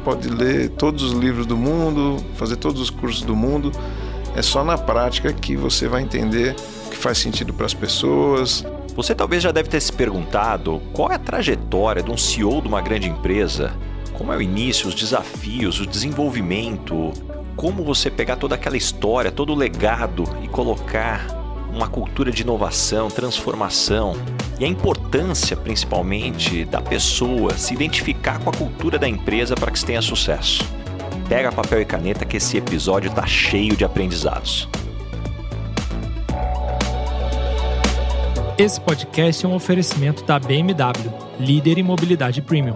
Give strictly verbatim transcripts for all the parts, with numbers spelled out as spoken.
pode ler todos os livros do mundo, fazer todos os cursos do mundo. É só na prática que você vai entender o que faz sentido para as pessoas. Você talvez já deve ter se perguntado qual é a trajetória de um C E O de uma grande empresa. Como é o início, os desafios, o desenvolvimento, como você pegar toda aquela história, todo o legado e colocar uma cultura de inovação, transformação e a importância, principalmente, da pessoa se identificar com a cultura da empresa para que se tenha sucesso. Pega papel e caneta que esse episódio está cheio de aprendizados. Esse podcast é um oferecimento da B M W, líder em mobilidade premium.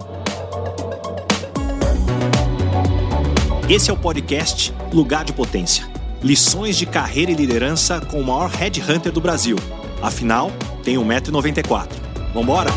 Esse é o podcast Lugar de Potência. Lições de carreira e liderança com o maior headhunter do Brasil. Afinal, tem um metro e noventa e quatro. Vambora?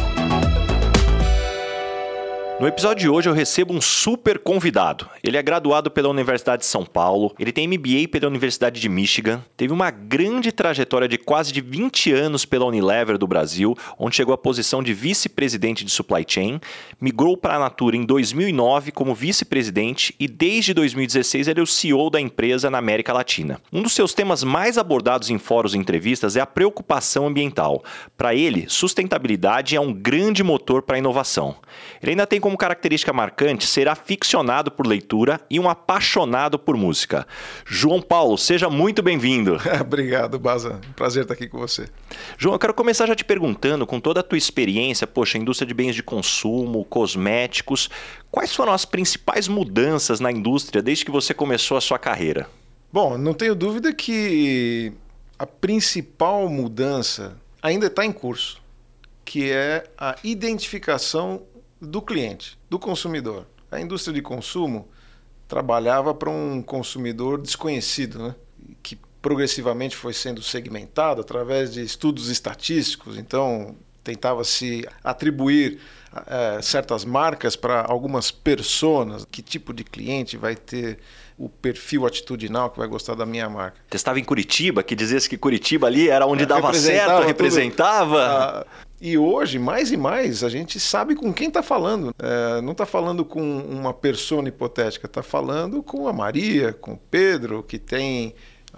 No episódio de hoje eu recebo um super convidado. Ele é graduado pela Universidade de São Paulo, ele tem M B A pela Universidade de Michigan, teve uma grande trajetória de quase de vinte anos pela Unilever do Brasil, onde chegou à posição de vice-presidente de supply chain, migrou para a Natura em dois mil e nove como vice-presidente e desde dois mil e dezesseis ele é o C E O da empresa na América Latina. Um dos seus temas mais abordados em fóruns e entrevistas é a preocupação ambiental. Para ele, sustentabilidade é um grande motor para a inovação. Ele ainda tem como característica marcante ser aficionado por leitura e um apaixonado por música. João Paulo, seja muito bem-vindo. Obrigado, Baza. Prazer estar aqui com você. João, eu quero começar já te perguntando, com toda a tua experiência, poxa, indústria de bens de consumo, cosméticos, quais foram as principais mudanças na indústria desde que você começou a sua carreira? Bom, não tenho dúvida que a principal mudança ainda está em curso, que é a identificação do cliente, do consumidor. A indústria de consumo trabalhava para um consumidor desconhecido, né? Que progressivamente foi sendo segmentado através de estudos estatísticos. Então, tentava-se atribuir é, certas marcas para algumas personas. Que tipo de cliente vai ter o perfil atitudinal que vai gostar da minha marca? Você estava em Curitiba, que dizia que Curitiba ali era onde é, dava certo, representava... Tudo. E hoje, mais e mais, a gente sabe com quem está falando. É, não está falando com uma persona hipotética, está falando com a Maria, com o Pedro, que tem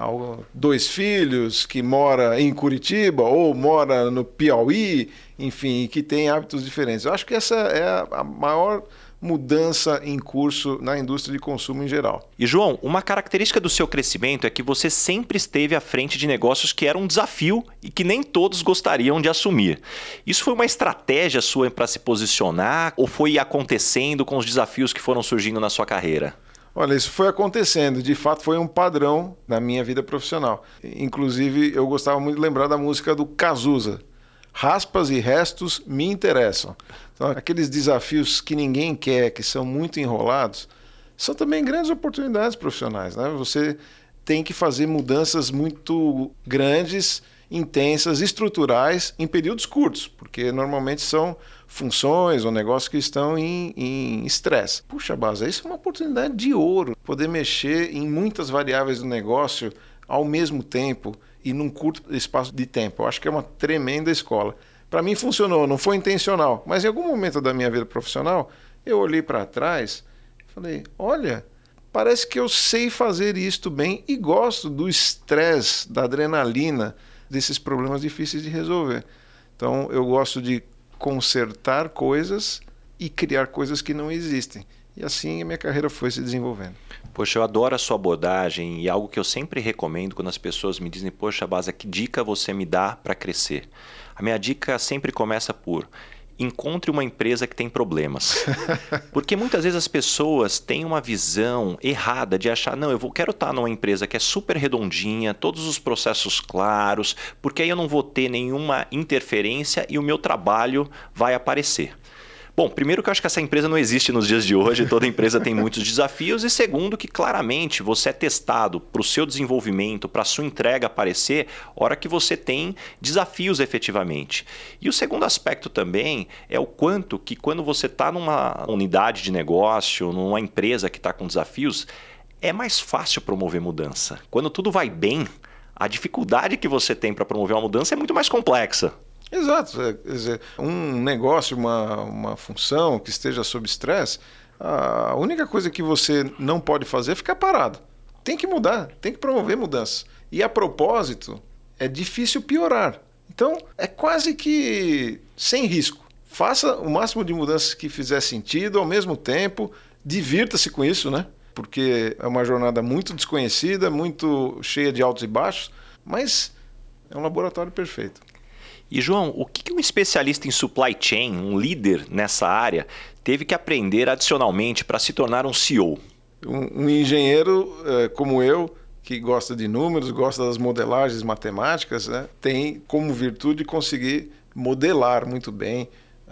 dois filhos, que mora em Curitiba ou mora no Piauí, enfim, que tem hábitos diferentes. Eu acho que essa é a maior mudança em curso na indústria de consumo em geral. E João, uma característica do seu crescimento é que você sempre esteve à frente de negócios que eram um desafio e que nem todos gostariam de assumir. Isso foi uma estratégia sua para se posicionar ou foi acontecendo com os desafios que foram surgindo na sua carreira? Olha, isso foi acontecendo. De fato, foi um padrão na minha vida profissional. Inclusive, eu gostava muito de lembrar da música do Cazuza. Raspas e restos me interessam. Então, aqueles desafios que ninguém quer, que são muito enrolados, são também grandes oportunidades profissionais, né? Você tem que fazer mudanças muito grandes, intensas, estruturais, em períodos curtos, porque normalmente são funções ou negócios que estão em estresse. Puxa, Baza, isso é uma oportunidade de ouro, poder mexer em muitas variáveis do negócio ao mesmo tempo e num curto espaço de tempo. Eu acho que é uma tremenda escola. Para mim funcionou, não foi intencional, mas em algum momento da minha vida profissional, eu olhei para trás e falei, olha, parece que eu sei fazer isto bem e gosto do estresse, da adrenalina, desses problemas difíceis de resolver. Então, eu gosto de consertar coisas e criar coisas que não existem. E assim a minha carreira foi se desenvolvendo. Poxa, eu adoro a sua abordagem e algo que eu sempre recomendo quando as pessoas me dizem, poxa, Baza, que dica você me dá para crescer? A minha dica sempre começa por encontre uma empresa que tem problemas. Porque muitas vezes as pessoas têm uma visão errada de achar, não, eu vou, quero estar numa empresa que é super redondinha, todos os processos claros, porque aí eu não vou ter nenhuma interferência e o meu trabalho vai aparecer. Bom, primeiro que eu acho que essa empresa não existe nos dias de hoje, toda empresa tem muitos desafios, e segundo que claramente você é testado para o seu desenvolvimento, para a sua entrega aparecer, hora que você tem desafios efetivamente. E o segundo aspecto também é o quanto que quando você está numa unidade de negócio, numa empresa que está com desafios, é mais fácil promover mudança. Quando tudo vai bem, a dificuldade que você tem para promover uma mudança é muito mais complexa. Exato. Quer dizer, um negócio, uma, uma função que esteja sob estresse, A única coisa que você não pode fazer é ficar parado. Tem que mudar, tem que promover mudanças. E a propósito, é difícil piorar. Então, é quase que sem risco. Faça o máximo de mudanças que fizer sentido, ao mesmo tempo, divirta-se com isso, né? Porque é uma jornada muito desconhecida, muito cheia de altos e baixos, mas é um laboratório perfeito. E, João, o que um especialista em supply chain, um líder nessa área, teve que aprender adicionalmente para se tornar um C E O? Um, um engenheiro é, como eu, que gosta de números, gosta das modelagens matemáticas, né, tem como virtude conseguir modelar muito bem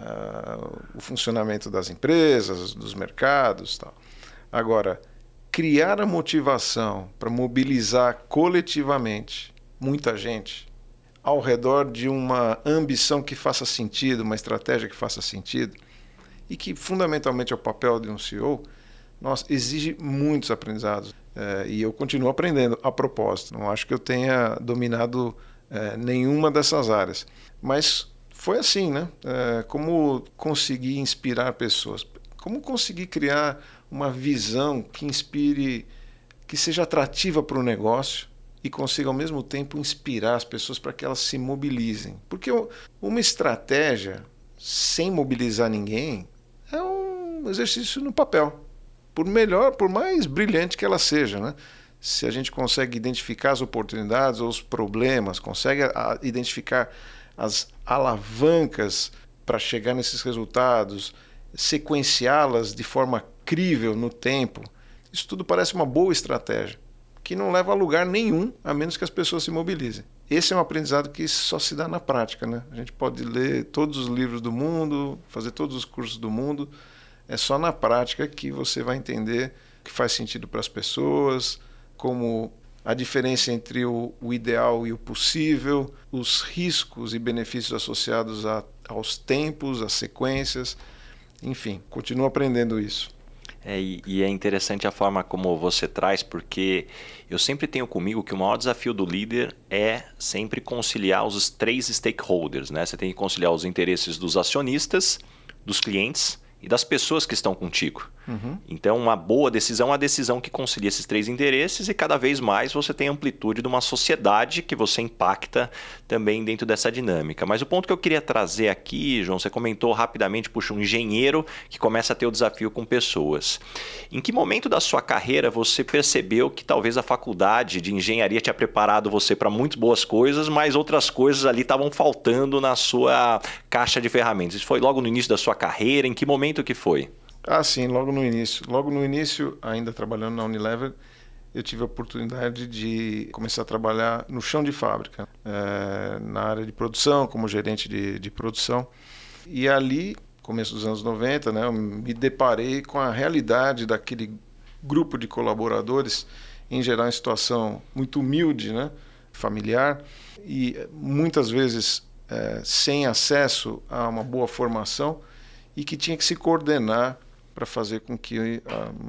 uh, o funcionamento das empresas, dos mercados e tal. Agora, criar a motivação para mobilizar coletivamente muita gente ao redor de uma ambição que faça sentido, uma estratégia que faça sentido, e que fundamentalmente é o papel de um C E O, nossa, exige muitos aprendizados. É, e eu continuo aprendendo a propósito. Não acho que eu tenha dominado é, nenhuma dessas áreas. Mas foi assim, né? É, como conseguir inspirar pessoas? Como conseguir criar uma visão que inspire, que seja atrativa para o negócio, e consiga ao mesmo tempo inspirar as pessoas para que elas se mobilizem. Porque uma estratégia sem mobilizar ninguém é um exercício no papel. Por melhor, por mais brilhante que ela seja, né? Se a gente consegue identificar as oportunidades ou os problemas, consegue a, identificar as alavancas para chegar nesses resultados, sequenciá-las de forma crível no tempo, isso tudo parece uma boa estratégia, que não leva a lugar nenhum, a menos que as pessoas se mobilizem. Esse é um aprendizado que só se dá na prática, né? A gente pode ler todos os livros do mundo, fazer todos os cursos do mundo, é só na prática que você vai entender o que faz sentido para as pessoas, como a diferença entre o, o ideal e o possível, os riscos e benefícios associados a, aos tempos, às sequências, enfim, continuo aprendendo isso. É, e, e é interessante a forma como você traz, porque eu sempre tenho comigo que o maior desafio do líder é sempre conciliar os três stakeholders, né? Você tem que conciliar os interesses dos acionistas, dos clientes e das pessoas que estão contigo. Uhum. Então, uma boa decisão é uma decisão que concilia esses três interesses e cada vez mais você tem amplitude de uma sociedade que você impacta também dentro dessa dinâmica. Mas o ponto que eu queria trazer aqui, João, você comentou rapidamente, puxa, um engenheiro que começa a ter o desafio com pessoas. Em que momento da sua carreira você percebeu que talvez a faculdade de engenharia tinha preparado você para muito boas coisas, mas outras coisas ali estavam faltando na sua caixa de ferramentas? Isso foi logo no início da sua carreira? Em que momento que foi? Ah, sim, logo no início. Logo no início, ainda trabalhando na Unilever, eu tive a oportunidade de começar a trabalhar no chão de fábrica, é, na área de produção, como gerente de, de produção. E ali, começo dos anos noventa, né, eu me deparei com a realidade daquele grupo de colaboradores, em geral em situação muito humilde, né, familiar, e muitas vezes é, sem acesso a uma boa formação, e que tinha que se coordenar para fazer com que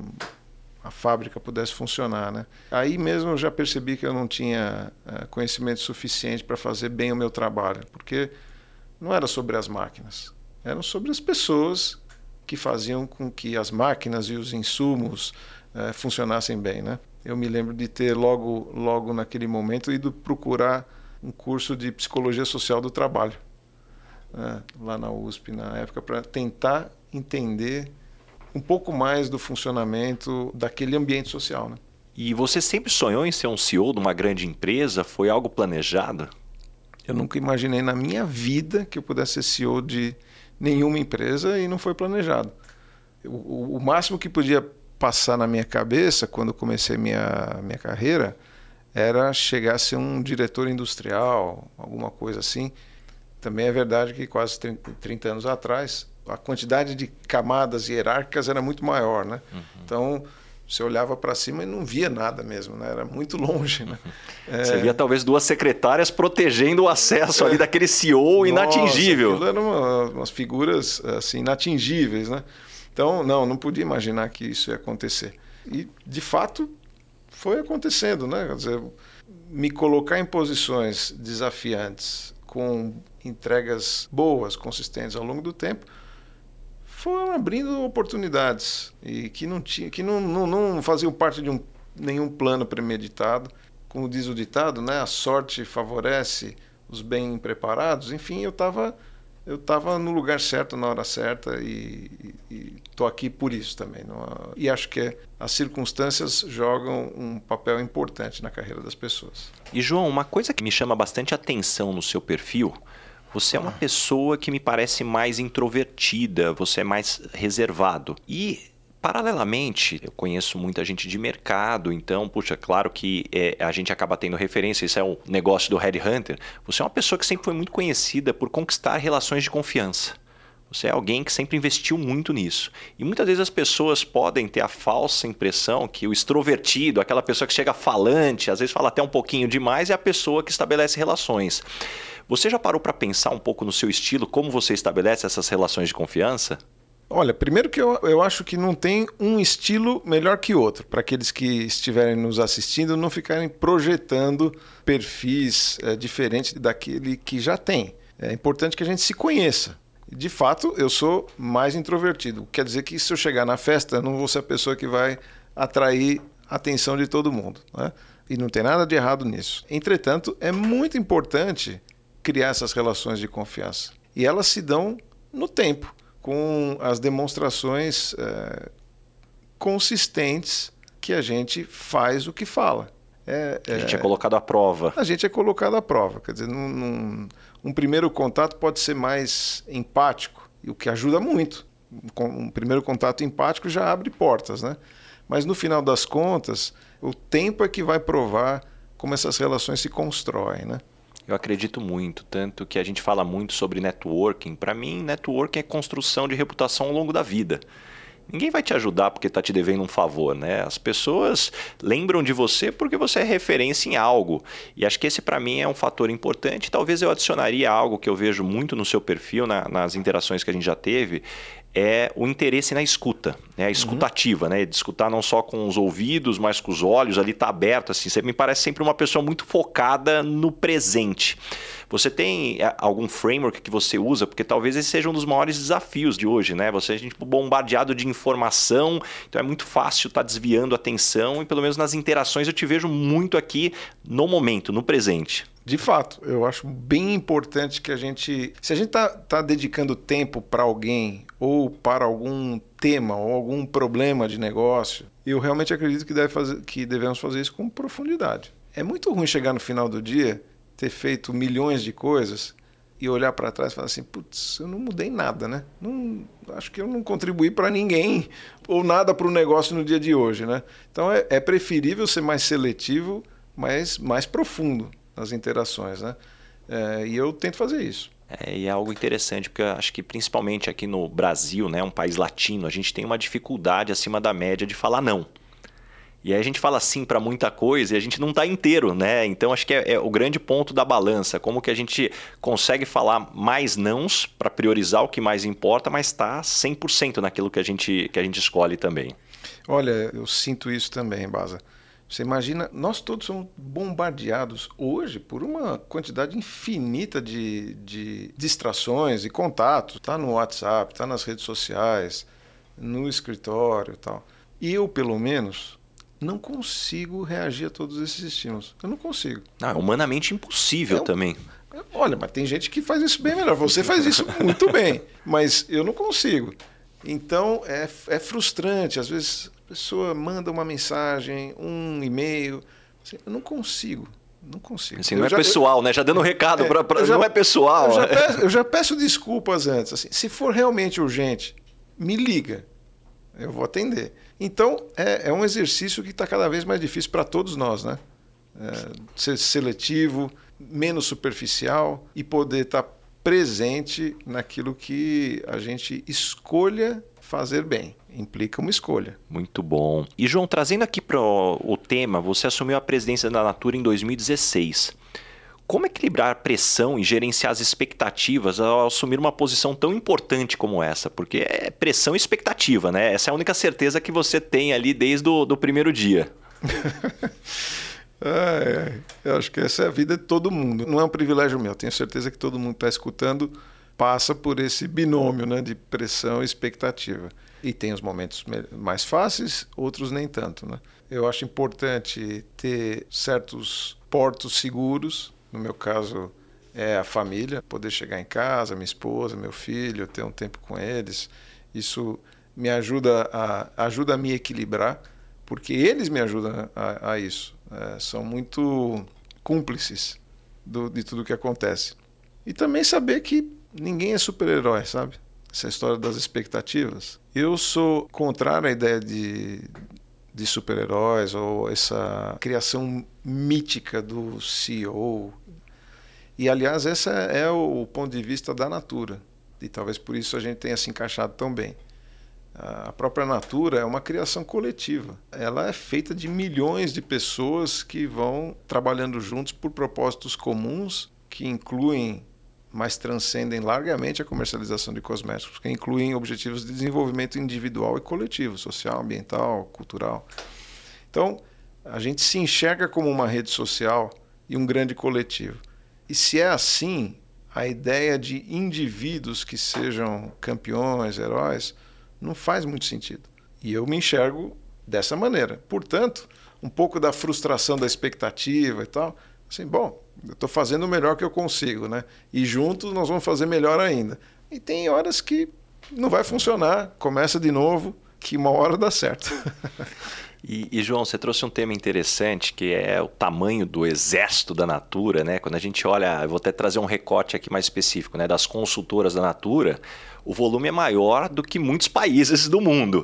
a, a fábrica pudesse funcionar, né? Aí mesmo eu já percebi que eu não tinha é, conhecimento suficiente para fazer bem o meu trabalho, porque não era sobre as máquinas, eram sobre as pessoas que faziam com que as máquinas e os insumos é, funcionassem bem, né? Eu me lembro de ter logo, logo naquele momento ido procurar um curso de psicologia social do trabalho, né, lá na U S P na época, para tentar entender um pouco mais do funcionamento daquele ambiente social, né? E você sempre sonhou em ser um C E O de uma grande empresa? Foi algo planejado? Eu nunca imaginei na minha vida que eu pudesse ser C E O de nenhuma empresa e não foi planejado. O, o máximo que podia passar na minha cabeça quando comecei minha minha carreira era chegar a ser um diretor industrial, alguma coisa assim. Também é verdade que quase trinta anos atrás a quantidade de camadas hierárquicas era muito maior, né? Uhum. Então você olhava para cima e não via nada mesmo, né? Era muito longe, né? É... Você via talvez duas secretárias protegendo o acesso é... ali daquele C E O inatingível. Nossa, aquilo eram uma, umas figuras assim, inatingíveis, né? Então, não, não podia imaginar que isso ia acontecer. E, de fato, foi acontecendo, né? Quer dizer, me colocar em posições desafiantes, com entregas boas, consistentes ao longo do tempo, foram abrindo oportunidades e que não tinha, que não, não, não faziam parte de um, nenhum plano premeditado. Como diz o ditado, né? A sorte favorece os bem preparados. Enfim, eu estava eu tava no lugar certo, na hora certa, e estou aqui por isso também. Não, e acho que as circunstâncias jogam um papel importante na carreira das pessoas. E, João, uma coisa que me chama bastante atenção no seu perfil, você é uma pessoa que me parece mais introvertida, você é mais reservado. E, paralelamente, eu conheço muita gente de mercado, então, puxa, claro que é, a gente acaba tendo referência, isso é um negócio do Headhunter. Você é uma pessoa que sempre foi muito conhecida por conquistar relações de confiança. Você é alguém que sempre investiu muito nisso. E muitas vezes as pessoas podem ter a falsa impressão que o extrovertido, aquela pessoa que chega falante, às vezes fala até um pouquinho demais, é a pessoa que estabelece relações. Você já parou para pensar um pouco no seu estilo, como você estabelece essas relações de confiança? Olha, primeiro que eu, eu acho que não tem um estilo melhor que outro, para aqueles que estiverem nos assistindo não ficarem projetando perfis é, diferentes daquele que já tem. É importante que a gente se conheça. De fato, eu sou mais introvertido. Quer dizer que se eu chegar na festa, eu não vou ser a pessoa que vai atrair a atenção de todo mundo, né? E não tem nada de errado nisso. Entretanto, é muito importante criar essas relações de confiança. E elas se dão no tempo, com as demonstrações é, consistentes que a gente faz o que fala. É, a gente é, é colocado à prova. A gente é colocado à prova. Quer dizer, num, num, um primeiro contato pode ser mais empático, o que ajuda muito. Um primeiro contato empático já abre portas, né? Mas no final das contas, o tempo é que vai provar como essas relações se constroem, né? Eu acredito muito, tanto que a gente fala muito sobre networking. Para mim, networking é construção de reputação ao longo da vida. Ninguém vai te ajudar porque está te devendo um favor, né? As pessoas lembram de você porque você é referência em algo. E acho que esse, para mim, é um fator importante. Talvez eu adicionaria algo que eu vejo muito no seu perfil, na, nas interações que a gente já teve, é o interesse na escuta, né? A escuta ativa, né? De escutar não só com os ouvidos, mas com os olhos, ali tá aberto, assim. Você me parece sempre uma pessoa muito focada no presente. Você tem algum framework que você usa? Porque talvez esse seja um dos maiores desafios de hoje, né? Você é gente bombardeado de informação, então é muito fácil estar desviando a atenção e pelo menos nas interações eu te vejo muito aqui no momento, no presente. De fato, eu acho bem importante que a gente... Se a gente está tá dedicando tempo para alguém ou para algum tema ou algum problema de negócio, eu realmente acredito que, deve fazer, que devemos fazer isso com profundidade. É muito ruim chegar no final do dia, ter feito milhões de coisas e olhar para trás e falar assim, putz, eu não mudei nada, né? Não, acho que eu não contribuí para ninguém ou nada para o negócio no dia de hoje, né? Então é, é preferível ser mais seletivo, mas mais profundo nas interações, né? É, e eu tento fazer isso. É, e é algo interessante, porque eu acho que principalmente aqui no Brasil, né, um país latino, a gente tem uma dificuldade acima da média de falar não. E aí a gente fala sim para muita coisa e a gente não está inteiro, né? Então acho que é, é o grande ponto da balança, como que a gente consegue falar mais nãos para priorizar o que mais importa, mas está cem por cento naquilo que a gente, que a gente escolhe também. Olha, eu sinto isso também, Baza. Você imagina, nós todos somos bombardeados hoje por uma quantidade infinita de, de distrações e contatos. Está no WhatsApp, está nas redes sociais, no escritório e tal. E eu, pelo menos, não consigo reagir a todos esses estímulos. Eu não consigo. Ah, humanamente impossível é, também. Olha, mas tem gente que faz isso bem melhor. Você faz isso muito bem, mas eu não consigo. Então, é, é frustrante. Às vezes... A pessoa manda uma mensagem, um e-mail, assim, eu não consigo, não consigo. Assim, não é já, pessoal, eu, né? Já dando um recado, é, pra, pra, já, não é pessoal. Eu já, peço, eu já peço desculpas antes. Assim, se for realmente urgente, me liga, eu vou atender. Então, é, é um exercício que está cada vez mais difícil para todos nós, né? É, ser seletivo, menos superficial e poder estar tá presente naquilo que a gente escolha fazer bem. Implica uma escolha. Muito bom. E, João, trazendo aqui para o tema, você assumiu a presidência da Natura em dois mil e dezesseis. Como equilibrar a pressão e gerenciar as expectativas ao assumir uma posição tão importante como essa? Porque é pressão e expectativa, né? Essa é a única certeza que você tem ali desde o do primeiro dia. é, eu acho que essa é a vida de todo mundo. Não é um privilégio meu. Tenho certeza que todo mundo está escutando passa por esse binômio, né, de pressão e expectativa. E tem os momentos mais fáceis, outros nem tanto, né? Eu acho importante ter certos portos seguros. No meu caso, é a família, poder chegar em casa, minha esposa, meu filho, ter um tempo com eles. Isso me ajuda a, ajuda a me equilibrar, porque eles me ajudam a, a isso. É, são muito cúmplices do, de tudo que acontece. E também saber que ninguém é super-herói, sabe? Essa história das expectativas. Eu sou contrário à ideia de, de super-heróis ou essa criação mítica do C E O. E, aliás, esse é o ponto de vista da Natura. E talvez por isso a gente tenha se encaixado tão bem. A própria Natura é uma criação coletiva. Ela é feita de milhões de pessoas que vão trabalhando juntos por propósitos comuns que incluem, mas transcendem largamente a comercialização de cosméticos, que incluem objetivos de desenvolvimento individual e coletivo, social, ambiental, cultural. Então, a gente se enxerga como uma rede social e um grande coletivo. E se é assim, a ideia de indivíduos que sejam campeões, heróis, não faz muito sentido. E eu me enxergo dessa maneira. Portanto, um pouco da frustração da expectativa e tal, assim, bom, eu estou fazendo o melhor que eu consigo, né? E juntos nós vamos fazer melhor ainda. E tem horas que não vai funcionar, começa de novo, que uma hora dá certo. E, e, João, você trouxe um tema interessante, que é o tamanho do exército da Natura, né? Quando a gente olha, eu vou até trazer um recorte aqui mais específico, né? Das consultoras da Natura, o volume é maior do que muitos países do mundo.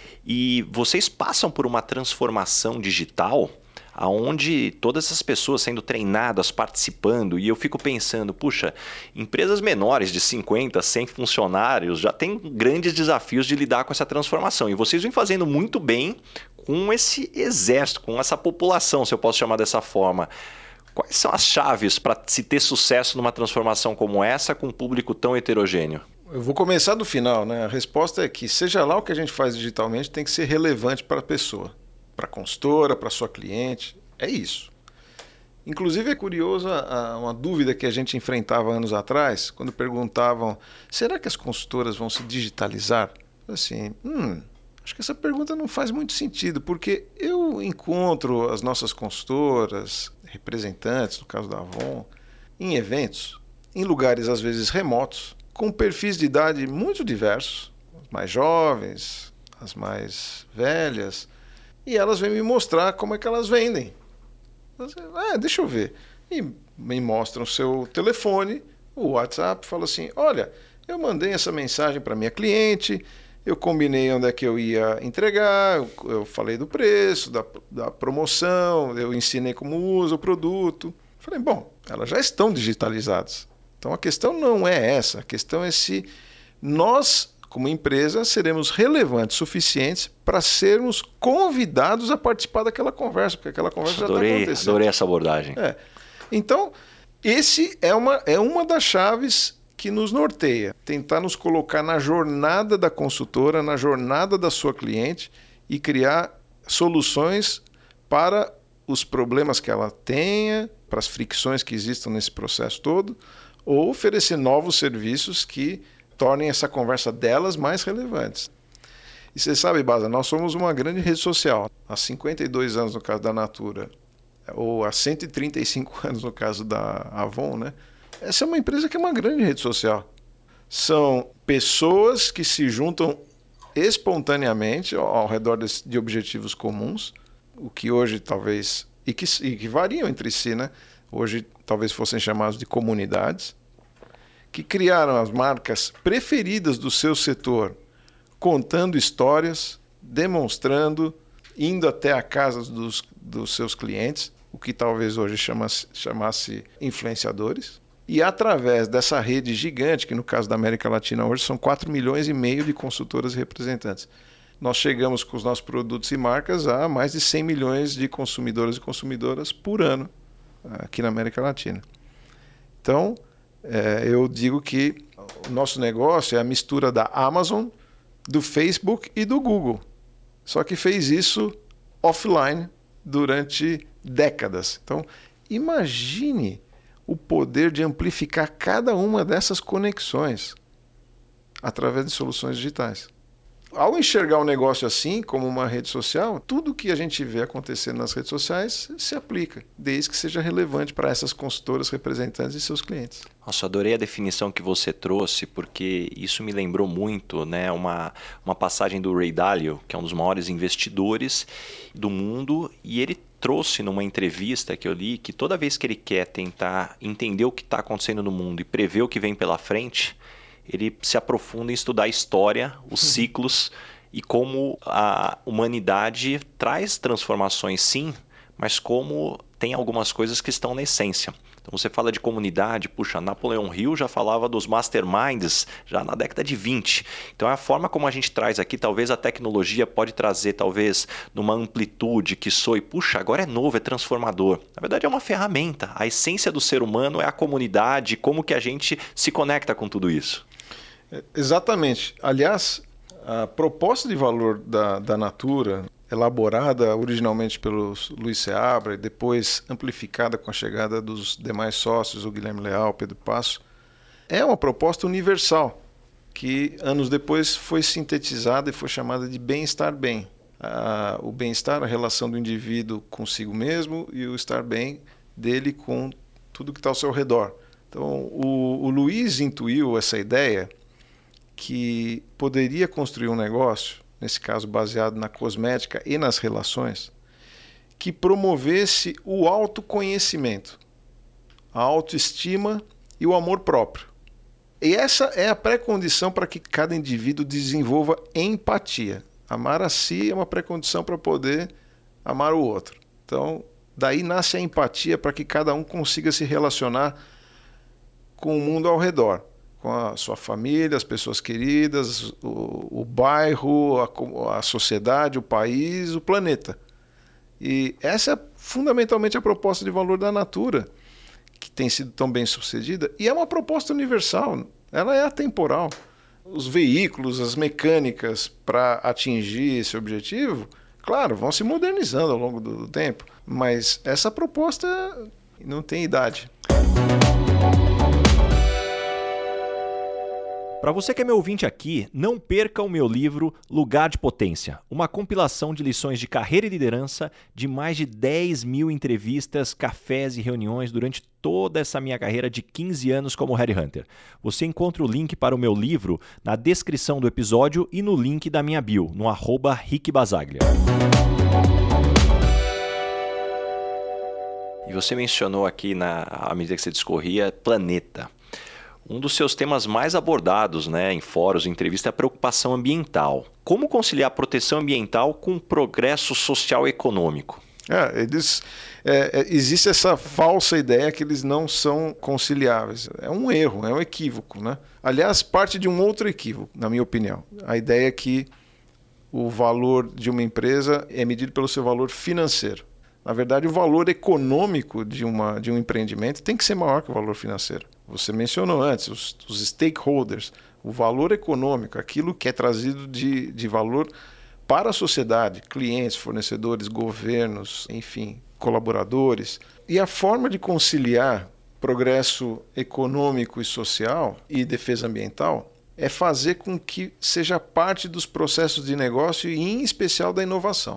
E vocês passam por uma transformação digital aonde todas essas pessoas sendo treinadas, participando, e eu fico pensando, puxa, empresas menores de cinquenta, cem funcionários já têm grandes desafios de lidar com essa transformação. E vocês vêm fazendo muito bem com esse exército, com essa população, se eu posso chamar dessa forma. Quais são as chaves para se ter sucesso numa transformação como essa com um público tão heterogêneo? Eu vou começar do final, né? A resposta é que, seja lá o que a gente faz digitalmente, tem que ser relevante para a pessoa, para a consultora, para a sua cliente. É isso. Inclusive é curioso a, uma dúvida que a gente enfrentava anos atrás, quando perguntavam, será que as consultoras vão se digitalizar? Assim, hum, acho que essa pergunta não faz muito sentido, porque eu encontro as nossas consultoras, representantes, no caso da Avon, em eventos, em lugares às vezes remotos, com perfis de idade muito diversos, as mais jovens, as mais velhas, e elas vêm me mostrar como é que elas vendem. Ah, deixa eu ver. E me mostram o seu telefone, o WhatsApp, fala assim, olha, eu mandei essa mensagem para minha cliente, eu combinei onde é que eu ia entregar, eu, eu falei do preço, da, da promoção, eu ensinei como usa o produto. Falei, bom, elas já estão digitalizadas. Então a questão não é essa, a questão é se nós, como empresa, seremos relevantes suficientes para sermos convidados a participar daquela conversa, porque aquela conversa adorei, já está acontecendo. Adorei essa abordagem. É. Então, esse é uma, é uma das chaves que nos norteia, tentar nos colocar na jornada da consultora, na jornada da sua cliente e criar soluções para os problemas que ela tenha, para as fricções que existam nesse processo todo, ou oferecer novos serviços que tornem essa conversa delas mais relevantes. E você sabe, Baza, nós somos uma grande rede social. Há cinquenta e dois anos no caso da Natura, ou há cento e trinta e cinco anos no caso da Avon, né? Essa é uma empresa que é uma grande rede social. São pessoas que se juntam espontaneamente ao, ao redor de, de objetivos comuns, o que hoje talvez, e que, e que variam entre si, né? Hoje talvez fossem chamados de comunidades, que criaram as marcas preferidas do seu setor, contando histórias, demonstrando, indo até a casa dos, dos seus clientes, o que talvez hoje chamasse, chamasse influenciadores, e através dessa rede gigante, que no caso da América Latina hoje são quatro milhões e meio de consultoras e representantes. Nós chegamos com os nossos produtos e marcas a mais de cem milhões de consumidores e consumidoras por ano aqui na América Latina. Então, é, eu digo que o nosso negócio é a mistura da Amazon, do Facebook e do Google. Só que fez isso offline durante décadas. Então, imagine o poder de amplificar cada uma dessas conexões através de soluções digitais. Ao enxergar o negócio assim, como uma rede social, tudo que a gente vê acontecendo nas redes sociais se aplica, desde que seja relevante para essas consultoras representantes e seus clientes. Nossa, adorei a definição que você trouxe, porque isso me lembrou muito, né, uma, uma passagem do Ray Dalio, que é um dos maiores investidores do mundo, e ele trouxe numa entrevista que eu li que toda vez que ele quer tentar entender o que está acontecendo no mundo e prever o que vem pela frente, ele se aprofunda em estudar a história, os ciclos e como a humanidade traz transformações, sim, mas como tem algumas coisas que estão na essência. Então você fala de comunidade, puxa, Napoleão Hill já falava dos masterminds já na década de vinte. Então é a forma como a gente traz aqui, talvez a tecnologia pode trazer, talvez, numa amplitude que soe, puxa, agora é novo, é transformador. Na verdade é uma ferramenta. A essência do ser humano é a comunidade, como que a gente se conecta com tudo isso. Exatamente. Aliás, a proposta de valor da, da Natura, elaborada originalmente pelo Luiz Seabra e depois amplificada com a chegada dos demais sócios, o Guilherme Leal, Pedro Passo, é uma proposta universal, que anos depois foi sintetizada e foi chamada de bem-estar bem. Ah, o bem-estar, a relação do indivíduo consigo mesmo e o estar bem dele com tudo que está ao seu redor. Então, o, o Luiz intuiu essa ideia que poderia construir um negócio, nesse caso baseado na cosmética e nas relações, que promovesse o autoconhecimento, a autoestima e o amor próprio. E essa é a pré-condição para que cada indivíduo desenvolva empatia. Amar a si é uma pré-condição para poder amar o outro. Então, daí nasce a empatia para que cada um consiga se relacionar com o mundo ao redor, com a sua família, as pessoas queridas, o, o bairro, a, a sociedade, o país, o planeta. E essa é fundamentalmente a proposta de valor da Natura, que tem sido tão bem sucedida, e é uma proposta universal, ela é atemporal. Os veículos, as mecânicas para atingir esse objetivo, claro, vão se modernizando ao longo do tempo, mas essa proposta não tem idade. Para você que é meu ouvinte aqui, não perca o meu livro Lugar de Potência, uma compilação de lições de carreira e liderança de mais de dez mil entrevistas, cafés e reuniões durante toda essa minha carreira de quinze anos como headhunter. Você encontra o link para o meu livro na descrição do episódio e no link da minha bio, no arroba Rick Basaglia. E você mencionou aqui, na, à medida que você discorria, planeta. Um dos seus temas mais abordados, né, em fóruns, em entrevista, é a preocupação ambiental. Como conciliar a proteção ambiental com o progresso social e econômico? É, eles, é, é, existe essa falsa ideia que eles não são conciliáveis. É um erro, é um equívoco, né? Aliás, parte de um outro equívoco, na minha opinião. A ideia é que o valor de uma empresa é medido pelo seu valor financeiro. Na verdade, o valor econômico de, uma, de um empreendimento tem que ser maior que o valor financeiro. Você mencionou antes, os, os stakeholders, o valor econômico, aquilo que é trazido de, de valor para a sociedade, clientes, fornecedores, governos, enfim, colaboradores. E a forma de conciliar progresso econômico e social e defesa ambiental é fazer com que seja parte dos processos de negócio e, em especial, da inovação.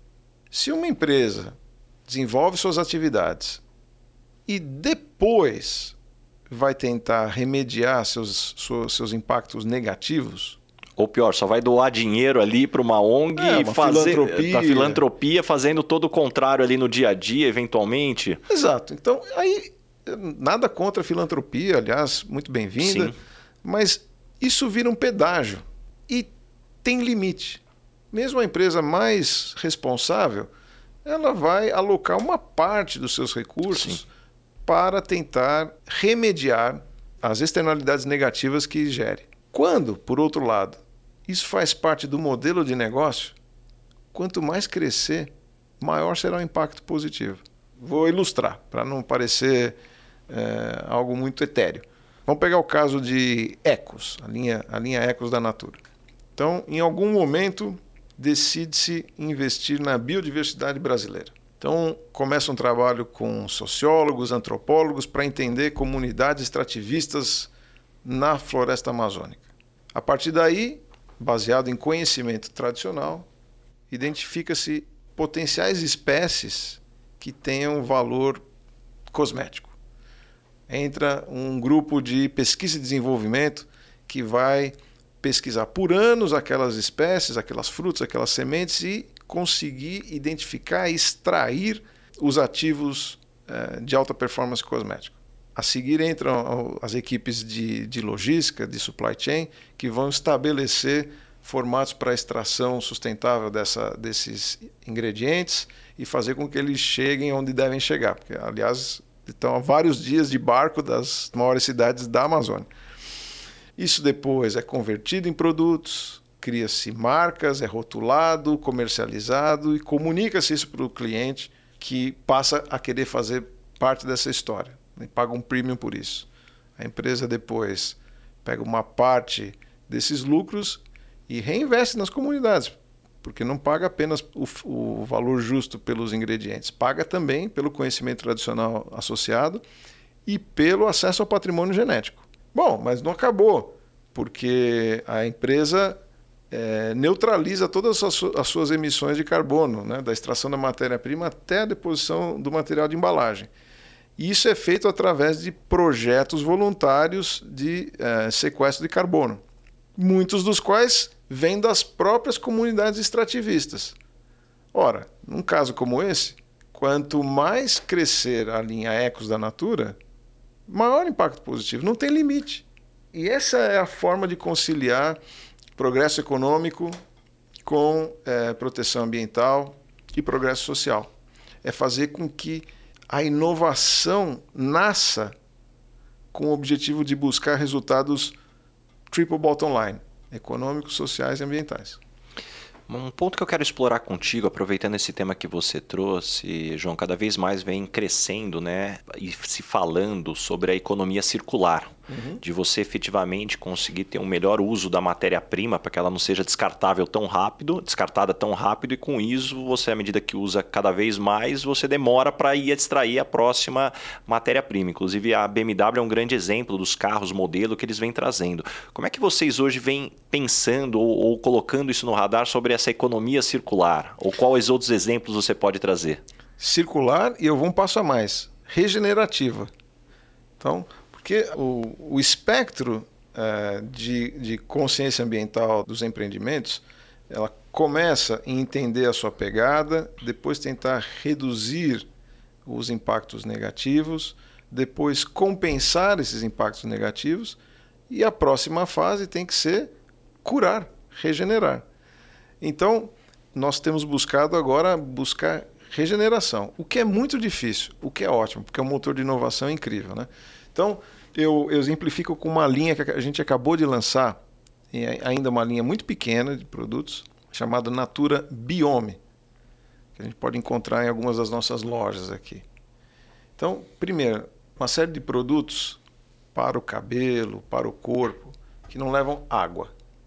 Se uma empresa desenvolve suas atividades e depois vai tentar remediar seus, seus, seus impactos negativos, ou pior, só vai doar dinheiro ali para uma O N G, é, uma fazer filantropia. a filantropia, fazendo todo o contrário ali no dia a dia, eventualmente. Exato. Então, aí, nada contra a filantropia, aliás, muito bem-vinda, mas isso vira um pedágio e tem limite. Mesmo a empresa mais responsável, ela vai alocar uma parte dos seus recursos Sim. para tentar remediar as externalidades negativas que gere. Quando, por outro lado, isso faz parte do modelo de negócio, quanto mais crescer, maior será o impacto positivo. Vou ilustrar, para não parecer é, algo muito etéreo. Vamos pegar o caso de Ecos, a linha, a linha Ecos da Natura. Então, em algum momento, decide-se investir na biodiversidade brasileira. Então, começa um trabalho com sociólogos, antropólogos, para entender comunidades extrativistas na floresta amazônica. A partir daí, baseado em conhecimento tradicional, identifica-se potenciais espécies que tenham valor cosmético. Entra um grupo de pesquisa e desenvolvimento que vai pesquisar por anos aquelas espécies, aquelas frutas, aquelas sementes e conseguir identificar e extrair os ativos eh, de alta performance cosmética. A seguir entram as equipes de, de logística, de supply chain, que vão estabelecer formatos para a extração sustentável dessa, desses ingredientes e fazer com que eles cheguem onde devem chegar. Porque, aliás, estão há vários dias de barco das maiores cidades da Amazônia. Isso depois é convertido em produtos, cria-se marcas, é rotulado, comercializado e comunica-se isso para o cliente, que passa a querer fazer parte dessa história e paga um premium por isso. A empresa depois pega uma parte desses lucros e reinveste nas comunidades, porque não paga apenas o, o valor justo pelos ingredientes, paga também pelo conhecimento tradicional associado e pelo acesso ao patrimônio genético. Bom, mas não acabou, porque a empresa é, neutraliza todas as, su- as suas emissões de carbono, né, da extração da matéria-prima até a deposição do material de embalagem. E isso é feito através de projetos voluntários de é, sequestro de carbono, muitos dos quais vêm das próprias comunidades extrativistas. Ora, num caso como esse, quanto mais crescer a linha Ecos da Natura, maior impacto positivo, não tem limite. E essa é a forma de conciliar progresso econômico com é, proteção ambiental e progresso social. É fazer com que a inovação nasça com o objetivo de buscar resultados triple bottom line, econômicos, sociais e ambientais. Um ponto que eu quero explorar contigo, aproveitando esse tema que você trouxe, João, cada vez mais vem crescendo, né, e se falando sobre a economia circular, uhum. de você efetivamente conseguir ter um melhor uso da matéria-prima para que ela não seja descartável tão rápido, descartada tão rápido, e com isso você, à medida que usa cada vez mais, você demora para ir extrair a próxima matéria-prima. Inclusive a B M W é um grande exemplo dos carros modelo que eles vêm trazendo. Como é que vocês hoje vêm pensando ou, ou colocando isso no radar sobre essa economia circular? Ou quais outros exemplos você pode trazer? Circular, e eu vou um passo a mais, regenerativa. Então, porque o, o espectro é, de, de consciência ambiental dos empreendimentos, ela começa em entender a sua pegada, depois tentar reduzir os impactos negativos, depois compensar esses impactos negativos, e a próxima fase tem que ser curar, regenerar. Então, nós temos buscado agora buscar regeneração, o que é muito difícil, o que é ótimo, porque é um motor de inovação incrível, né? Então, eu, eu exemplifico com uma linha que a gente acabou de lançar, ainda uma linha muito pequena de produtos, chamada Natura Biome, que a gente pode encontrar em algumas das nossas lojas aqui. Então, primeiro, uma série de produtos para o cabelo, para o corpo, que não levam água.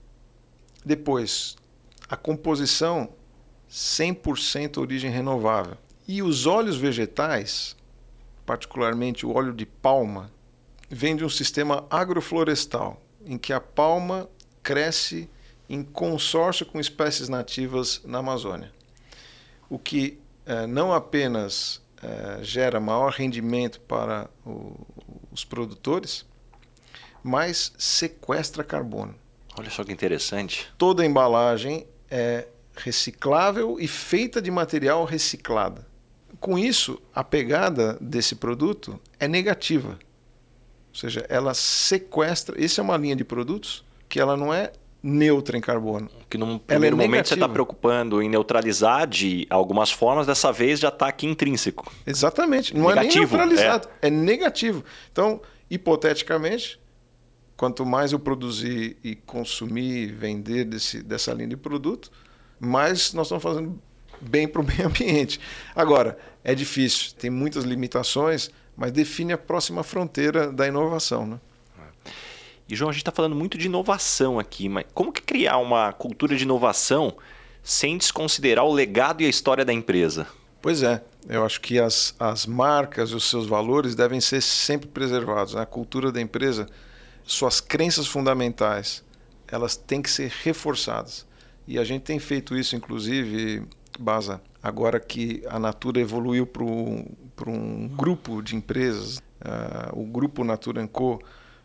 Depois, a composição cem por cento origem renovável. E os óleos vegetais, particularmente o óleo de palma, vem de um sistema agroflorestal, em que a palma cresce em consórcio com espécies nativas na Amazônia. O que eh, não apenas eh, gera maior rendimento para o, os produtores, mas sequestra carbono. Olha só que interessante. Toda a embalagem é reciclável e feita de material reciclado. Com isso, a pegada desse produto é negativa. Ou seja, ela sequestra... Essa é uma linha de produtos que ela não é neutra em carbono. Que num primeiro é momento você está preocupando em neutralizar de algumas formas, dessa vez já está aqui intrínseco. Exatamente. Não negativo, é nem neutralizado, é. é negativo. Então, hipoteticamente, quanto mais eu produzir e consumir e vender desse, dessa linha de produto, mais nós estamos fazendo bem para o meio ambiente. Agora, é difícil, tem muitas limitações, mas define a próxima fronteira da inovação, né? E, João, a gente está falando muito de inovação aqui, mas como que criar uma cultura de inovação sem desconsiderar o legado e a história da empresa? Pois é, eu acho que as, as marcas e os seus valores devem ser sempre preservados, né? A cultura da empresa, suas crenças fundamentais, elas têm que ser reforçadas. E a gente tem feito isso, inclusive, Baza, agora que a Natura evoluiu para um grupo de empresas, uh, o grupo Natura and Co,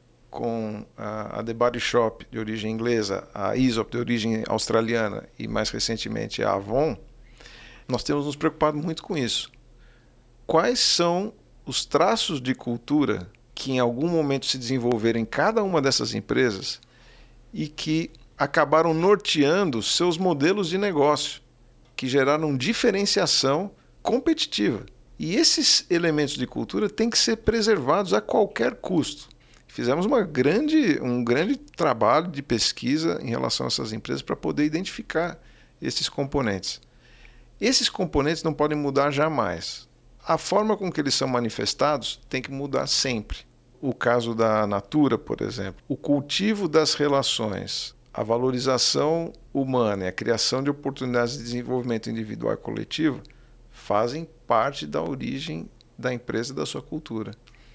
com a, a The Body Shop, de origem inglesa, a Aesop, de origem australiana, e mais recentemente a Avon, nós temos nos preocupado muito com isso. Quais são os traços de cultura que em algum momento se desenvolveram em cada uma dessas empresas e que acabaram norteando seus modelos de negócio, que geraram diferenciação competitiva. E esses elementos de cultura têm que ser preservados a qualquer custo. Fizemos uma grande, um grande trabalho de pesquisa em relação a essas empresas para poder identificar esses componentes. Esses componentes não podem mudar jamais. A forma com que eles são manifestados tem que mudar sempre. O caso da Natura, por exemplo, o cultivo das relações, a valorização humana e a criação de oportunidades de desenvolvimento individual e coletivo fazem parte da origem da empresa e da sua cultura.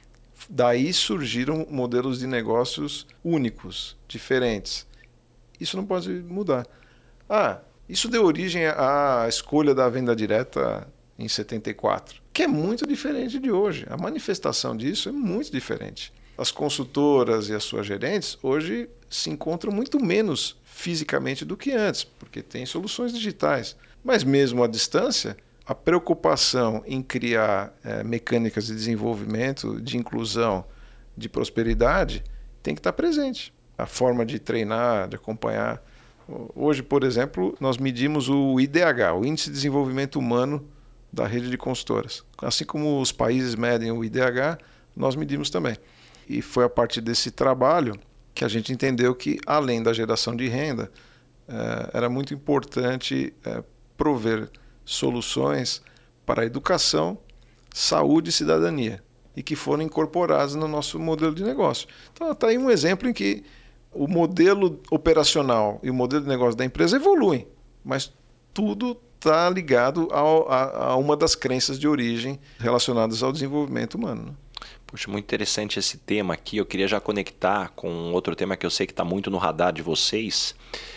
Daí surgiram modelos de negócios únicos, diferentes. Isso não pode mudar. Ah, isso deu origem à escolha da venda direta em setenta e quatro, que é muito diferente de hoje. A manifestação disso é muito diferente. As consultoras e as suas gerentes hoje se encontram muito menos fisicamente do que antes, porque tem soluções digitais. Mas mesmo à distância, a preocupação em criar é, mecânicas de desenvolvimento, de inclusão, de prosperidade, tem que estar presente. A forma de treinar, de acompanhar. Hoje, por exemplo, nós medimos o I D H, o Índice de Desenvolvimento Humano da rede de consultoras. Assim como os países medem o I D H, nós medimos também. E foi a partir desse trabalho que a gente entendeu que, além da geração de renda, eh, era muito importante eh, prover soluções para a educação, saúde e cidadania, e que foram incorporadas no nosso modelo de negócio. Então, está aí um exemplo em que o modelo operacional e o modelo de negócio da empresa evoluem, mas tudo está ligado ao, a, a uma das crenças de origem relacionadas ao desenvolvimento humano, né? Poxa, muito interessante esse tema aqui. Eu queria já conectar com outro tema que eu sei que está muito no radar de vocês.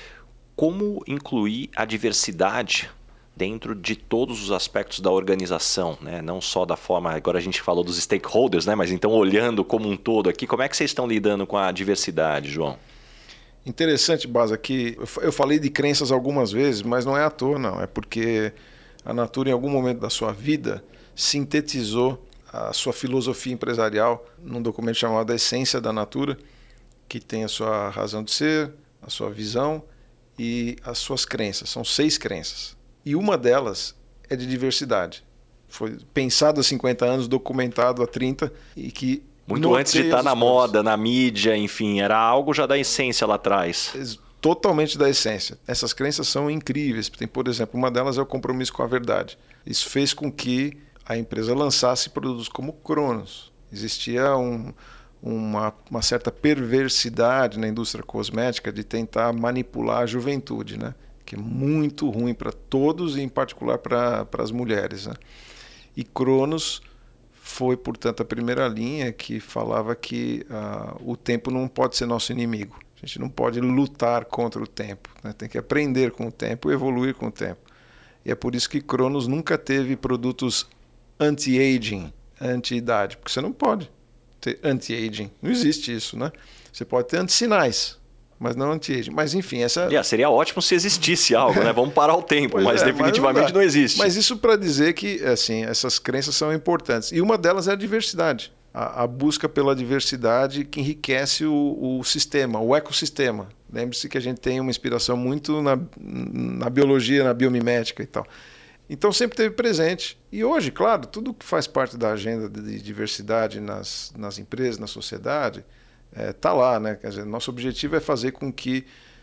Como incluir a diversidade dentro de todos os aspectos da organização, né? Não só da forma, agora a gente falou dos stakeholders, né? Mas então olhando como um todo aqui, como é que vocês estão lidando com a diversidade, João? Interessante, Baza, que eu falei de crenças algumas vezes, mas não é à toa, não. É porque a Natura, em algum momento da sua vida, sintetizou a sua filosofia empresarial num documento chamado A Essência da Natura, que tem a sua razão de ser, a sua visão e as suas crenças. São seis crenças. E uma delas é de diversidade. Foi pensado há cinquenta anos, documentado há trinta e que... Muito antes de estar na moda, na mídia, enfim, era algo já da essência lá atrás. Totalmente da essência. Essas crenças são incríveis. Tem, por exemplo, uma delas é o compromisso com a verdade. Isso fez com que a empresa lançasse produtos como Cronos. Existia um, uma, uma certa perversidade na indústria cosmética de tentar manipular a juventude, né? Que é muito ruim para todos e em particular para as mulheres, né? E Cronos foi, portanto, a primeira linha que falava que uh, o tempo não pode ser nosso inimigo. A gente não pode lutar contra o tempo, né? Tem que aprender com o tempo, evoluir com o tempo. E é por isso que Cronos nunca teve produtos anti-aging, anti-idade, porque você não pode ter anti-aging. Não existe isso, né? Você pode ter anti-sinais, mas não anti-aging. Mas enfim, essa... Yeah, seria ótimo se existisse algo, né? Vamos parar o tempo, mas é, definitivamente mas não, não existe. Mas isso para dizer que assim, essas crenças são importantes. E uma delas é a diversidade. A, a busca pela diversidade que enriquece o, o sistema, o ecossistema. Lembre-se que a gente tem uma inspiração muito na, na biologia, na biomimética e tal. Então sempre teve presente. E hoje, claro, tudo que faz parte da agenda de diversidade nas, nas empresas, na sociedade, está é, lá, né? Quer dizer, nosso objetivo é fazer com que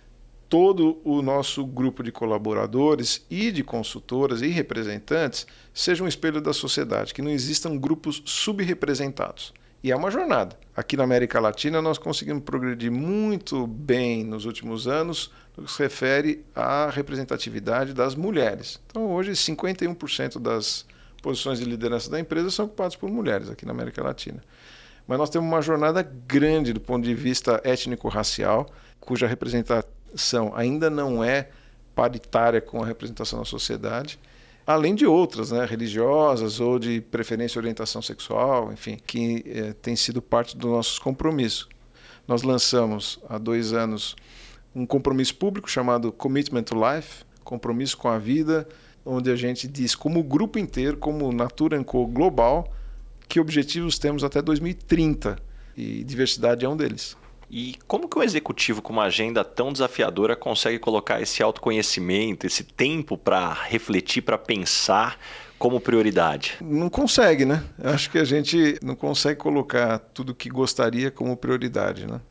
todo o nosso grupo de colaboradores e de consultoras e representantes seja um espelho da sociedade, que não existam grupos subrepresentados. E é uma jornada. Aqui na América Latina nós conseguimos progredir muito bem nos últimos anos no que se refere à representatividade das mulheres. Então hoje cinquenta e um por cento das posições de liderança da empresa são ocupadas por mulheres aqui na América Latina. Mas nós temos uma jornada grande do ponto de vista étnico-racial, cuja representação ainda não é paritária com a representação na sociedade, além de outras, né, religiosas ou de preferência e orientação sexual, enfim, que eh, tem sido parte dos nossos compromissos. Nós lançamos há dois anos um compromisso público chamado Commitment to Life, compromisso com a vida, onde a gente diz como grupo inteiro, como Natura and Co global, que objetivos temos até dois mil e trinta, e diversidade é um deles. E como que um executivo com uma agenda tão desafiadora consegue colocar esse autoconhecimento, esse tempo para refletir, para pensar como prioridade? Não consegue, né? Acho que a gente não consegue colocar tudo o que gostaria como prioridade, né?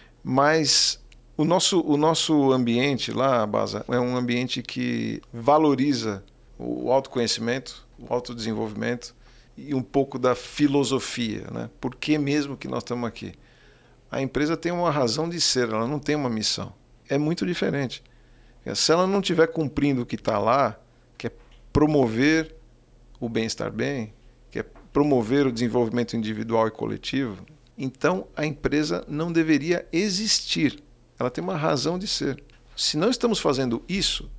Mas o nosso, o nosso ambiente lá, Baza, é um ambiente que valoriza o autoconhecimento, o autodesenvolvimento e um pouco da filosofia, né? Por que mesmo que nós estamos aqui? A empresa tem uma razão de ser, ela não tem uma missão. É muito diferente. Se ela não estiver cumprindo o que está lá, que é promover o bem-estar bem, que é promover o desenvolvimento individual e coletivo, então a empresa não deveria existir. Ela tem uma razão de ser. Se não estamos fazendo isso,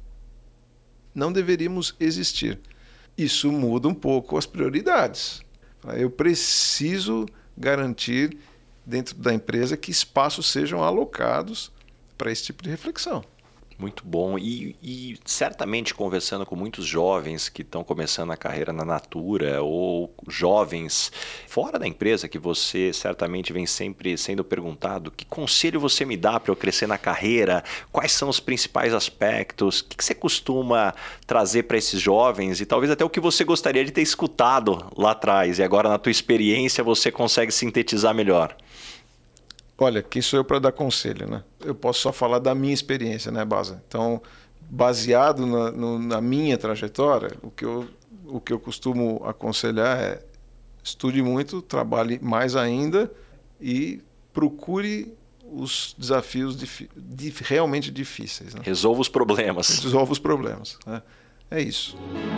não deveríamos existir. Isso muda um pouco as prioridades. Eu preciso garantir dentro da empresa que espaços sejam alocados para esse tipo de reflexão. Muito bom. E, e certamente conversando com muitos jovens que estão começando a carreira na Natura ou jovens fora da empresa que você certamente vem sempre sendo perguntado, que conselho você me dá para eu crescer na carreira? Quais são os principais aspectos? O que você costuma trazer para esses jovens? E talvez até o que você gostaria de ter escutado lá atrás e agora na tua experiência você consegue sintetizar melhor. Olha, quem sou eu para dar conselho, né? Eu posso só falar da minha experiência, né, Baza? Então, baseado na, no, na minha trajetória, o que, eu, o que eu costumo aconselhar é estude muito, trabalhe mais ainda e procure os desafios dif, dif, realmente difíceis. Né? Resolva os problemas. Resolva os problemas. Né? É isso.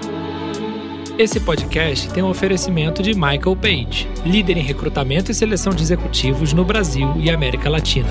Esse podcast tem um oferecimento de Michael Page, líder em recrutamento e seleção de executivos no Brasil e América Latina.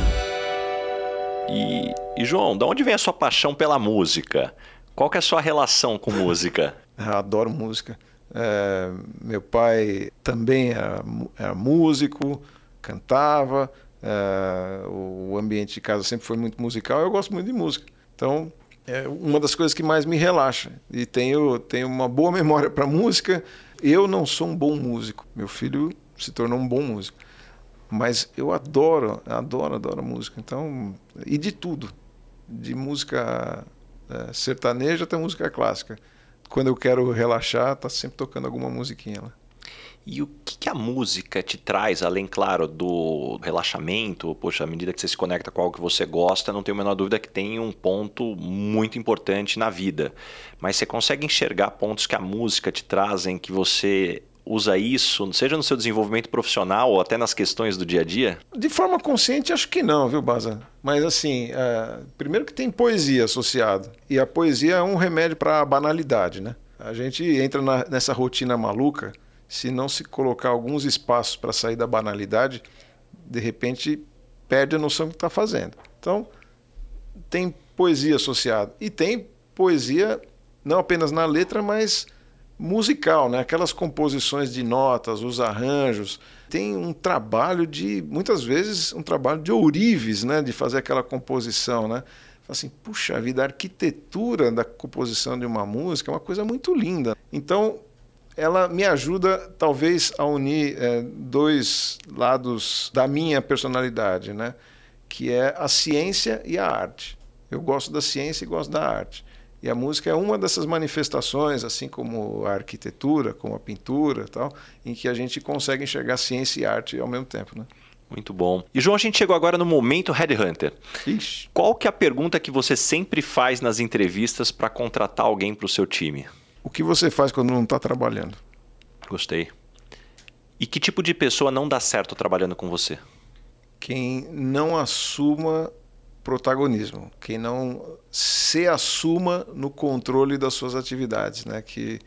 E, e João, de onde vem a sua paixão pela música? Qual que é a sua relação com música? Eu adoro música. É, meu pai também era, era músico, cantava, é, o ambiente de casa sempre foi muito musical, eu gosto muito de música. Então, é uma das coisas que mais me relaxa. E tenho, tenho uma boa memória para música. Eu não sou um bom músico. Meu filho se tornou um bom músico. Mas eu adoro, adoro, adoro música. Então, e de tudo. De música é, sertaneja até música clássica. Quando eu quero relaxar, tá sempre tocando alguma musiquinha lá. E o que, que a música te traz, além, claro, do relaxamento? Poxa, à medida que você se conecta com algo que você gosta, não tenho a menor dúvida que tem um ponto muito importante na vida. Mas você consegue enxergar pontos que a música te trazem, que você usa isso, seja no seu desenvolvimento profissional ou até nas questões do dia a dia? De forma consciente, acho que não, viu, Baza? Mas assim, é, primeiro que tem poesia associada. E a poesia é um remédio para a banalidade, né? A gente entra na, nessa rotina maluca. Se não se colocar alguns espaços para sair da banalidade, de repente perde a noção do que está fazendo. Então, tem poesia associada. E tem poesia não apenas na letra, mas musical, né? Aquelas composições de notas, os arranjos. Tem um trabalho de, muitas vezes, um trabalho de ourives, né? De fazer aquela composição, né? Assim, puxa vida, a arquitetura da composição de uma música é uma coisa muito linda. Então, ela me ajuda, talvez, a unir é, dois lados da minha personalidade, né? Que é a ciência e a arte. Eu gosto da ciência e gosto da arte. E a música é uma dessas manifestações, assim como a arquitetura, como a pintura, tal, em que a gente consegue enxergar ciência e arte ao mesmo tempo, né? Muito bom. E, João, a gente chegou agora no momento Headhunter. Ixi. Qual que é a pergunta que você sempre faz nas entrevistas para contratar alguém para o seu time? O que você faz quando não está trabalhando? Gostei. E que tipo de pessoa não dá certo trabalhando com você? Quem não assuma protagonismo, quem não se assuma no controle das suas atividades, né? Que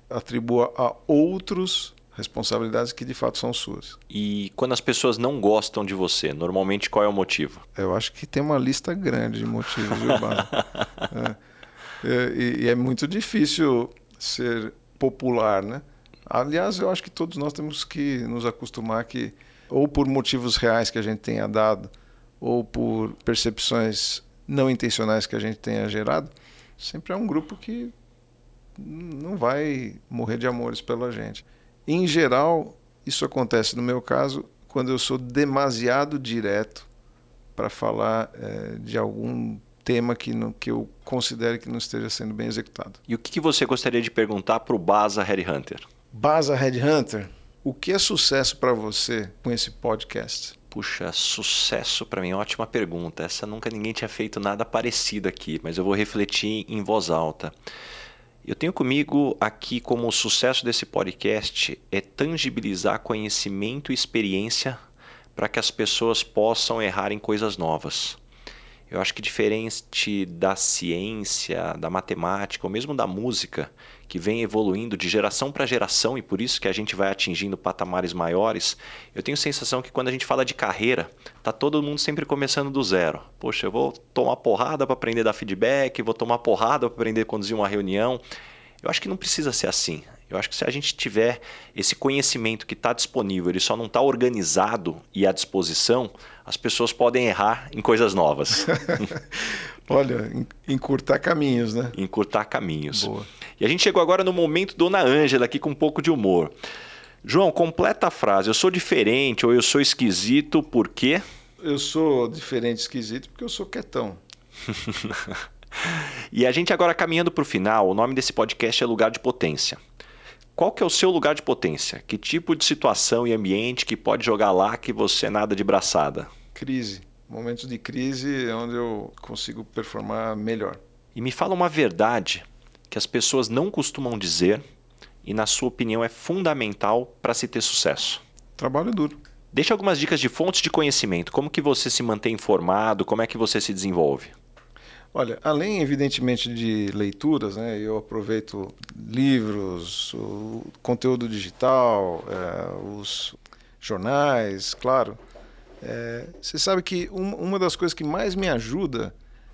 atribua a outros responsabilidades que de fato são suas. E quando as pessoas não gostam de você, normalmente qual é o motivo? Eu acho que tem uma lista grande de motivos, viu, Baza? é. E, e é muito difícil ser popular, né? Aliás, eu acho que todos nós temos que nos acostumar que, ou por motivos reais que a gente tenha dado, ou por percepções não intencionais que a gente tenha gerado, sempre é um grupo que não vai morrer de amores pela gente. Em geral, isso acontece no meu caso quando eu sou demasiado direto para falar é, de algum tema que, não, que eu considere que não esteja sendo bem executado. E o que você gostaria de perguntar para o Baza Headhunter? Baza Headhunter, o que é sucesso para você com esse podcast? Puxa, sucesso para mim, ótima pergunta. Essa nunca ninguém tinha feito nada parecido aqui, mas eu vou refletir em voz alta. Eu tenho comigo aqui como o sucesso desse podcast é tangibilizar conhecimento e experiência para que as pessoas possam errar em coisas novas. Eu acho que diferente da ciência, da matemática ou mesmo da música, que vem evoluindo de geração para geração e por isso que a gente vai atingindo patamares maiores, eu tenho a sensação que quando a gente fala de carreira, tá todo mundo sempre começando do zero. Poxa, eu vou tomar porrada para aprender a dar feedback, vou tomar porrada para aprender a conduzir uma reunião. Eu acho que não precisa ser assim. Eu acho que se a gente tiver esse conhecimento que está disponível, ele só não está organizado e à disposição, as pessoas podem errar em coisas novas. Olha, encurtar caminhos, né? Encurtar caminhos. Boa. E a gente chegou agora no momento Dona Ângela aqui com um pouco de humor. João, completa a frase. Eu sou diferente ou eu sou esquisito por quê? Eu sou diferente e esquisito porque eu sou quietão. E a gente agora caminhando para o final, o nome desse podcast é Lugar de Potência. Qual que é o seu lugar de potência? Que tipo de situação e ambiente que pode jogar lá que você nada de braçada? Crise. Momentos de crise é onde eu consigo performar melhor. E me fala uma verdade que as pessoas não costumam dizer e, na sua opinião, é fundamental para se ter sucesso. Trabalho duro. Deixa algumas dicas de fontes de conhecimento. Como que você se mantém informado? Como é que você se desenvolve? Olha, além, evidentemente, de leituras, né, eu aproveito livros, o conteúdo digital, é, os jornais, claro. É, você sabe que um, uma das coisas que mais me ajuda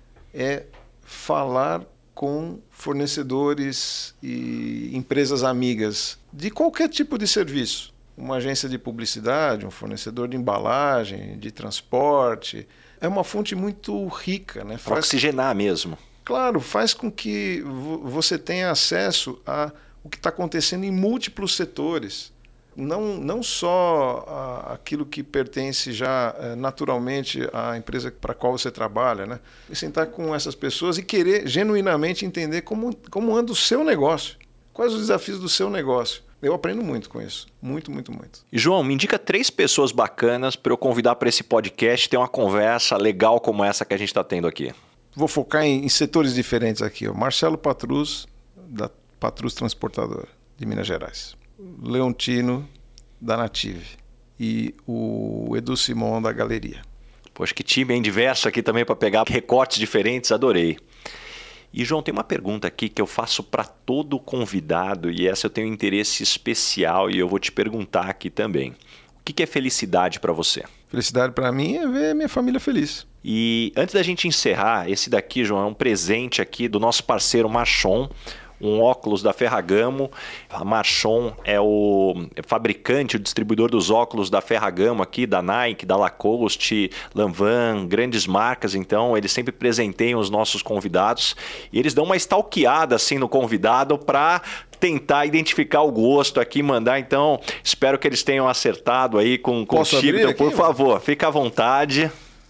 é falar com fornecedores e empresas amigas de qualquer tipo de serviço. Uma agência de publicidade, um fornecedor de embalagem, de transporte. É uma fonte muito rica, né? Faz... Oxigenar mesmo. Claro, faz com que você tenha acesso a o que está acontecendo em múltiplos setores. Não, não só a, aquilo que pertence já é, naturalmente à empresa para a qual você trabalha, né? E sentar com essas pessoas e querer genuinamente entender como, como anda o seu negócio. Quais os desafios do seu negócio. Eu aprendo muito com isso. Muito, muito, muito. E João, me indica três pessoas bacanas para eu convidar para esse podcast ter uma conversa legal como essa que a gente está tendo aqui. Vou focar em, em setores diferentes aqui. Ó. Marcelo Patrus, da Patrus Transportadora, de Minas Gerais. Leontino, da Native. E o Edu Simon, da Galeria. Poxa, que time bem diverso aqui também para pegar recortes diferentes. Adorei. E, João, tem uma pergunta aqui que eu faço para todo convidado e essa eu tenho um interesse especial e eu vou te perguntar aqui também. O que é felicidade para você? Felicidade para mim é ver minha família feliz. E antes da gente encerrar, esse daqui, João, é um presente aqui do nosso parceiro Marchon, um óculos da Ferragamo. A Marchon é o fabricante, o distribuidor dos óculos da Ferragamo aqui, da Nike, da Lacoste, Lanvin, grandes marcas. Então, eles sempre presenteiam os nossos convidados e eles dão uma stalkeada assim no convidado para tentar identificar o gosto aqui, mandar. Então, espero que eles tenham acertado aí com, com o chip. Então, por favor, fica à vontade.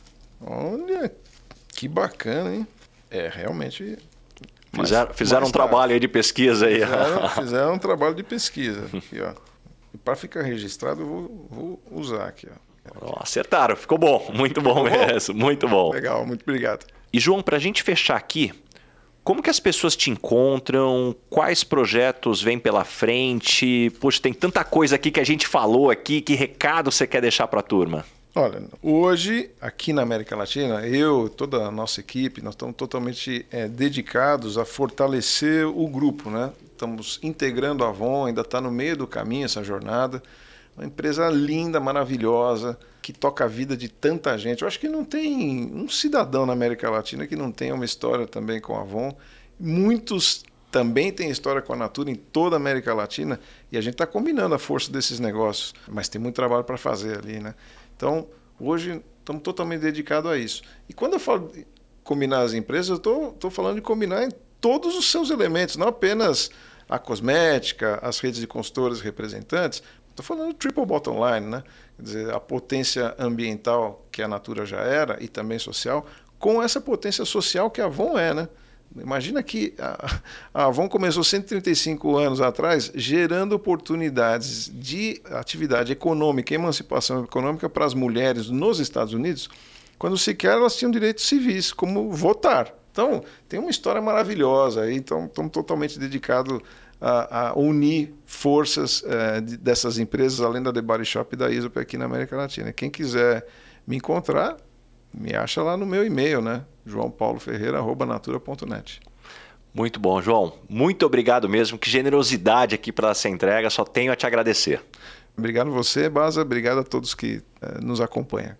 Olha, que bacana, hein? É, realmente... Fizeram, fizeram um trabalho aí de pesquisa aí. Fizeram, fizeram um trabalho de pesquisa. Aqui, ó. E para ficar registrado, eu vou, vou usar aqui. Ó. Oh, acertaram, ficou bom. Muito bom mesmo, muito bom. Legal, muito obrigado. E, João, para a gente fechar aqui, como que as pessoas te encontram? Quais projetos vêm pela frente? Poxa, tem tanta coisa aqui que a gente falou aqui. Que recado você quer deixar para a turma? Olha, hoje, aqui na América Latina, eu, toda a nossa equipe, nós estamos totalmente é, dedicados a fortalecer o grupo, né? estamos integrando a Avon, ainda está no meio do caminho essa jornada. Uma empresa linda, maravilhosa, que toca a vida de tanta gente. Eu acho que não tem um cidadão na América Latina que não tenha uma história também com a Avon. Muitos também têm história com a Natura em toda a América Latina e a gente está combinando a força desses negócios, mas tem muito trabalho para fazer ali, né? Então, hoje estamos totalmente dedicados a isso. E quando eu falo de combinar as empresas, eu estou falando de combinar em todos os seus elementos, não apenas a cosmética, as redes de consultores representantes. Estou falando do triple bottom line, né? Quer dizer, a potência ambiental que a Natura já era e também social, com essa potência social que a Avon é, né? Imagina que a, a Avon começou cento e trinta e cinco anos atrás gerando oportunidades de atividade econômica, emancipação econômica para as mulheres nos Estados Unidos, quando sequer elas tinham direitos civis, como votar. Então, tem uma história maravilhosa aí, então estamos totalmente dedicados a, a unir forças eh, de, dessas empresas, além da The Body Shop e da Aesop aqui na América Latina. Quem quiser me encontrar, me acha lá no meu e-mail, né? joão paulo ferreira arroba natura ponto net. Muito bom, João. Muito obrigado mesmo. Que generosidade aqui para essa entrega. Só tenho a te agradecer. Obrigado a você, Baza. Obrigado a todos que eh, nos acompanham.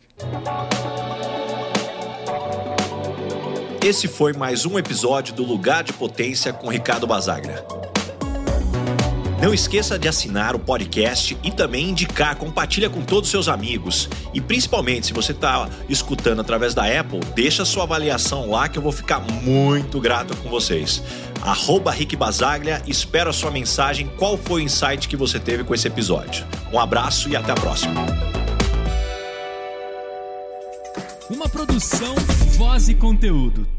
Esse foi mais um episódio do Lugar de Potência com Ricardo Basaglia. Não esqueça de assinar o podcast e também indicar, compartilha com todos os seus amigos. E principalmente, se você está escutando através da Apple, deixa sua avaliação lá que eu vou ficar muito grato com vocês. Arroba Rick Basaglia, espero a sua mensagem, qual foi o insight que você teve com esse episódio. Um abraço e até a próxima. Uma produção, voz e conteúdo.